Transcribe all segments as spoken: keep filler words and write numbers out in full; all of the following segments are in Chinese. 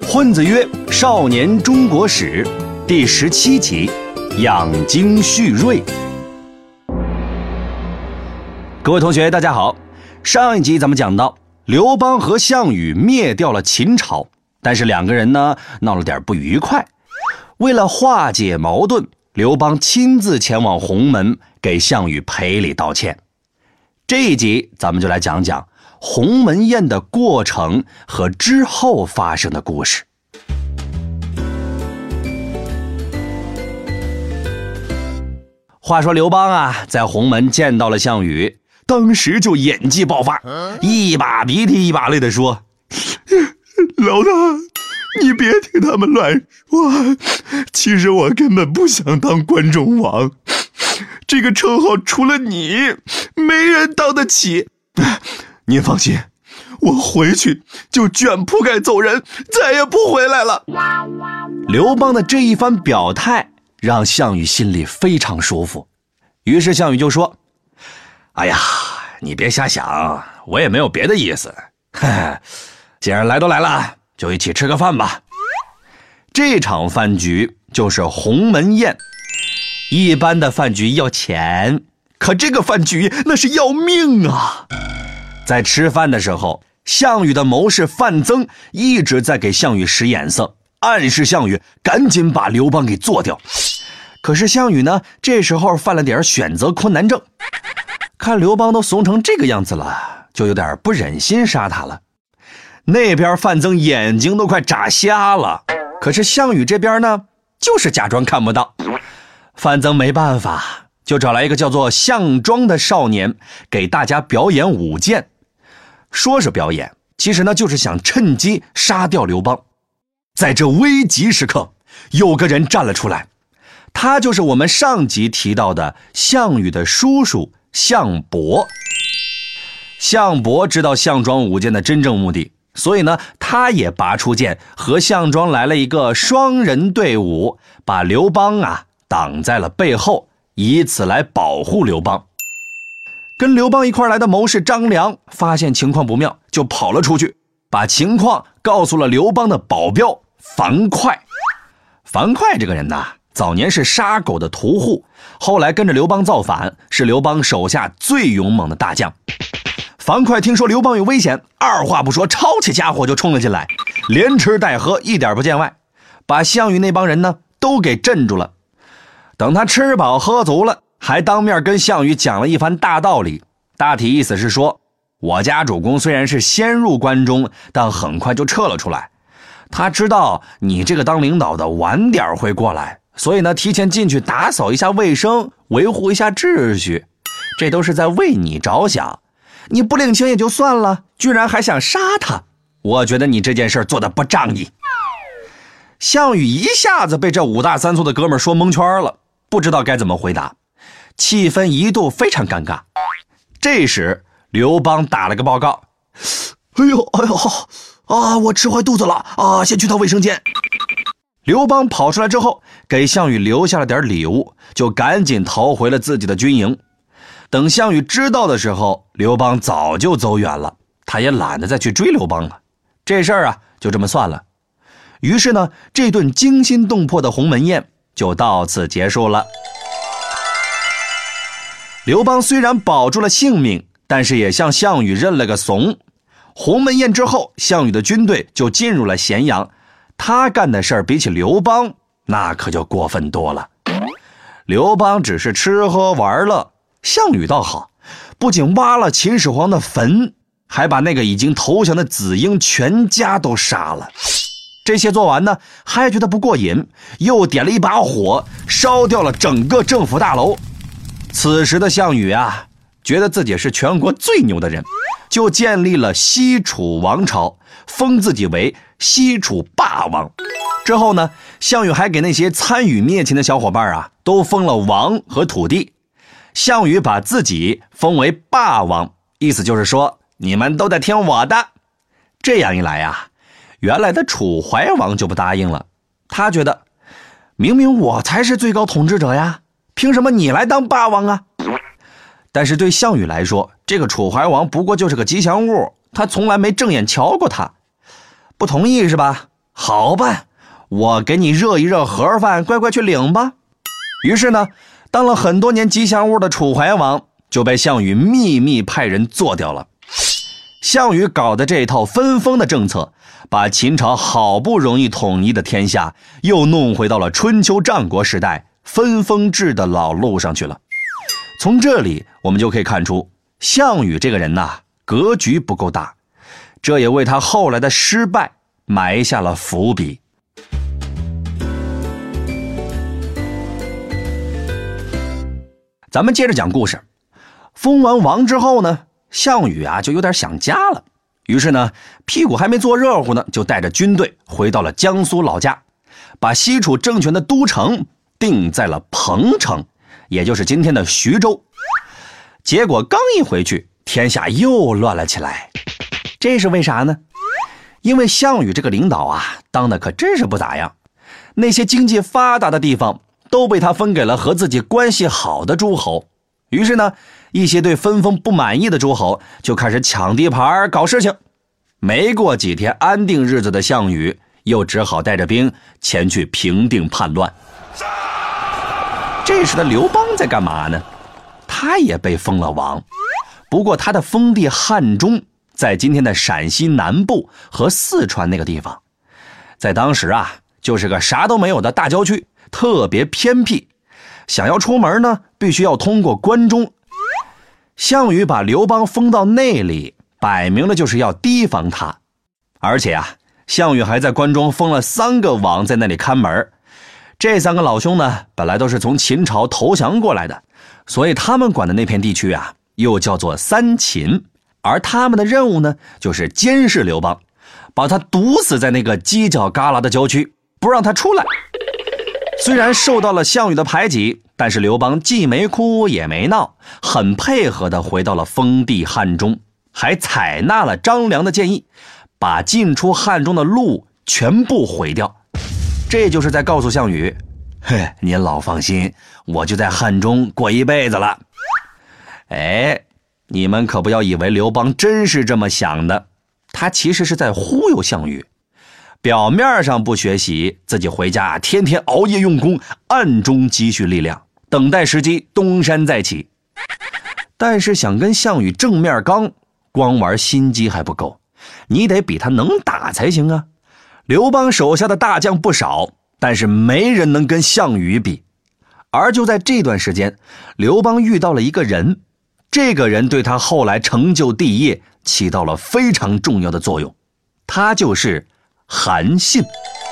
混子曰少年中国史第十七集养精蓄锐。各位同学大家好，上一集咱们讲到刘邦和项羽灭掉了秦朝，但是两个人呢闹了点不愉快。为了化解矛盾，刘邦亲自前往鸿门给项羽赔礼道歉。这一集咱们就来讲讲鸿门宴的过程和之后发生的故事。话说刘邦啊，在鸿门见到了项羽，当时就演技爆发，一把鼻涕一把泪地说：老大，你别听他们乱说，其实我根本不想当关中王，这个称号除了你没人当得起。您放心，我回去就卷铺盖走人，再也不回来了。刘邦的这一番表态让项羽心里非常舒服，于是项羽就说：哎呀，你别瞎想，我也没有别的意思，既然来都来了，就一起吃个饭吧。这场饭局就是鸿门宴。一般的饭局要钱，可这个饭局那是要命啊。在吃饭的时候，项羽的谋士范增一直在给项羽使眼色，暗示项羽赶紧把刘邦给做掉。可是项羽呢，这时候犯了点选择困难症，看刘邦都怂成这个样子了，就有点不忍心杀他了。那边范增眼睛都快眨瞎了，可是项羽这边呢，就是假装看不到。范增没办法，就找来一个叫做项庄的少年给大家表演舞剑。说是表演，其实呢就是想趁机杀掉刘邦。在这危急时刻，有个人站了出来，他就是我们上集提到的项羽的叔叔项伯。项伯知道项庄舞剑的真正目的，所以呢他也拔出剑，和项庄来了一个双人队伍，把刘邦啊挡在了背后，以此来保护刘邦。跟刘邦一块来的谋士张良发现情况不妙，就跑了出去，把情况告诉了刘邦的保镖樊哙。樊哙这个人呐，早年是杀狗的屠户，后来跟着刘邦造反，是刘邦手下最勇猛的大将。樊哙听说刘邦有危险，二话不说抄起家伙就冲了进来，连吃带喝，一点不见外，把项羽那帮人呢都给镇住了。等他吃饱喝足了，还当面跟项羽讲了一番大道理，大体意思是说，我家主公虽然是先入关中，但很快就撤了出来，他知道你这个当领导的晚点会过来，所以呢提前进去打扫一下卫生，维护一下秩序，这都是在为你着想。你不领情也就算了，居然还想杀他，我觉得你这件事做得不仗义。项羽一下子被这五大三粗的哥们说蒙圈了，不知道该怎么回答，气氛一度非常尴尬。这时刘邦打了个报告：哎呦哎呦啊，我吃坏肚子了啊，先去趟卫生间。刘邦跑出来之后，给项羽留下了点礼物，就赶紧逃回了自己的军营。等项羽知道的时候，刘邦早就走远了，他也懒得再去追刘邦了。这事儿啊就这么算了。于是呢，这顿惊心动魄的鸿门宴就到此结束了。刘邦虽然保住了性命，但是也向项羽认了个怂。鸿门宴之后，项羽的军队就进入了咸阳，他干的事儿比起刘邦那可就过分多了。刘邦只是吃喝玩乐，项羽倒好，不仅挖了秦始皇的坟，还把那个已经投降的子婴全家都杀了。这些做完呢，还觉得不过瘾，又点了一把火，烧掉了整个政府大楼。此时的项羽啊，觉得自己是全国最牛的人，就建立了西楚王朝，封自己为西楚霸王。之后呢，项羽还给那些参与灭秦的小伙伴啊，都封了王和土地。项羽把自己封为霸王，意思就是说，你们都得听我的。这样一来啊，原来的楚怀王就不答应了，他觉得明明我才是最高统治者呀，凭什么你来当霸王啊？但是对项羽来说，这个楚怀王不过就是个吉祥物，他从来没正眼瞧过他。不同意是吧？ 好办，我给你热一热盒饭，乖乖去领吧。于是呢，当了很多年吉祥物的楚怀王就被项羽秘密派人做掉了。项羽搞的这套分封的政策，把秦朝好不容易统一的天下又弄回到了春秋战国时代分封制的老路上去了。从这里我们就可以看出，项羽这个人呐，格局不够大，这也为他后来的失败埋下了伏笔。咱们接着讲故事。封完王之后呢，项羽啊就有点想家了，于是呢屁股还没坐热乎呢，就带着军队回到了江苏老家，把西楚政权的都城定在了彭城，也就是今天的徐州。结果刚一回去，天下又乱了起来。这是为啥呢？因为项羽这个领导啊，当的可真是不咋样。那些经济发达的地方都被他分给了和自己关系好的诸侯。于是呢，一些对分封不满意的诸侯就开始抢地盘搞事情。没过几天安定日子的项羽又只好带着兵前去平定叛乱。这时的刘邦在干嘛呢？他也被封了王，不过他的封地汉中在今天的陕西南部和四川那个地方，在当时啊就是个啥都没有的大郊区，特别偏僻，想要出门呢必须要通过关中。项羽把刘邦封到那里，摆明了就是要提防他。而且啊，项羽还在关中封了三个王在那里看门。这三个老兄呢，本来都是从秦朝投降过来的，所以他们管的那片地区啊又叫做三秦。而他们的任务呢，就是监视刘邦，把他堵死在那个犄角旮旯的郊区，不让他出来。虽然受到了项羽的排挤，但是刘邦既没哭也没闹，很配合地回到了封地汉中，还采纳了张良的建议，把进出汉中的路全部毁掉。这就是在告诉项羽，嘿，您老放心，我就在汉中过一辈子了。哎，你们可不要以为刘邦真是这么想的，他其实是在忽悠项羽。表面上不学习，自己回家天天熬夜用功，暗中积蓄力量，等待时机东山再起。但是想跟项羽正面刚，光玩心机还不够，你得比他能打才行啊。刘邦手下的大将不少，但是没人能跟项羽比。而就在这段时间，刘邦遇到了一个人，这个人对他后来成就帝业起到了非常重要的作用，他就是韩信。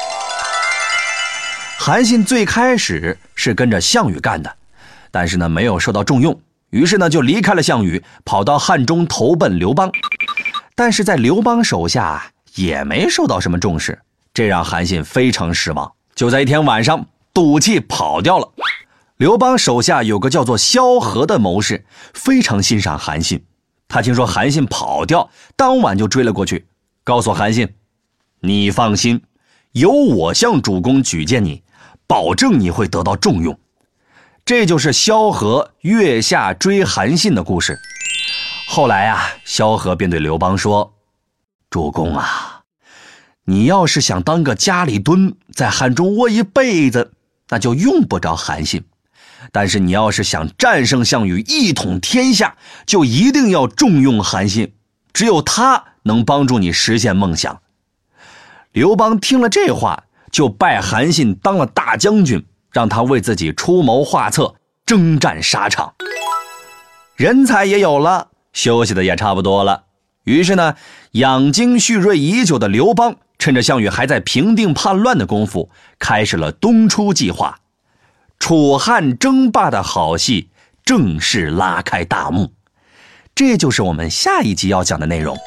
韩信最开始是跟着项羽干的，但是呢没有受到重用，于是呢就离开了项羽，跑到汉中投奔刘邦。但是在刘邦手下也没受到什么重视，这让韩信非常失望。就在一天晚上，赌气跑掉了。刘邦手下有个叫做萧何的谋士，非常欣赏韩信。他听说韩信跑掉，当晚就追了过去，告诉韩信，你放心，由我向主公举荐你，保证你会得到重用。这就是萧何月下追韩信的故事。后来啊，萧何便对刘邦说，主公啊，你要是想当个家里蹲，在汉中窝一辈子，那就用不着韩信。但是你要是想战胜项羽，一统天下，就一定要重用韩信，只有他能帮助你实现梦想。刘邦听了这话，就拜韩信当了大将军，让他为自己出谋划策，征战沙场。人才也有了，休息的也差不多了。于是呢，养精蓄锐已久的刘邦，趁着项羽还在平定叛乱的功夫，开始了东出计划。楚汉争霸的好戏正式拉开大幕，这就是我们下一集要讲的内容。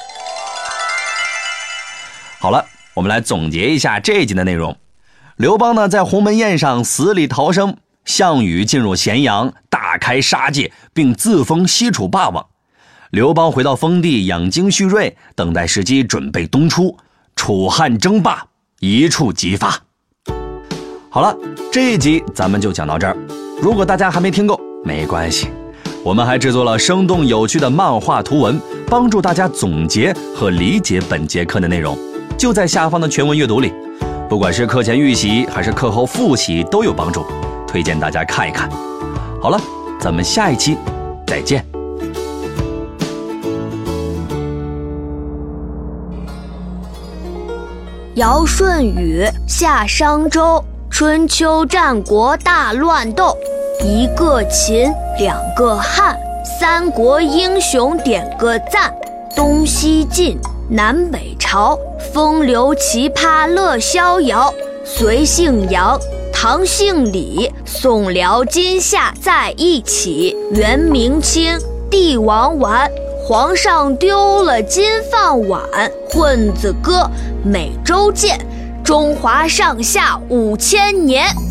好了，我们来总结一下这一集的内容。刘邦呢，在鸿门宴上死里逃生，项羽进入咸阳，大开杀戒，并自封西楚霸王。刘邦回到封地，养精蓄锐，等待时机，准备东出。楚汉争霸一触即发。好了，这一集咱们就讲到这儿。如果大家还没听够，没关系，我们还制作了生动有趣的漫画图文，帮助大家总结和理解本节课的内容，就在下方的全文阅读里。 不管是课前预习还是课后复习都有帮助，推荐大家看一看。好了，咱们下一期再见。 尧舜禹夏商周，春秋战国大乱斗，一个秦，两个汉，三国英雄点个赞，东西晋，南北朝，风流奇葩乐逍遥，隋姓杨，唐姓李，宋辽金夏在一起，元明清，帝王丸，皇上丢了金饭碗，混子哥，每周见，中华上下五千年。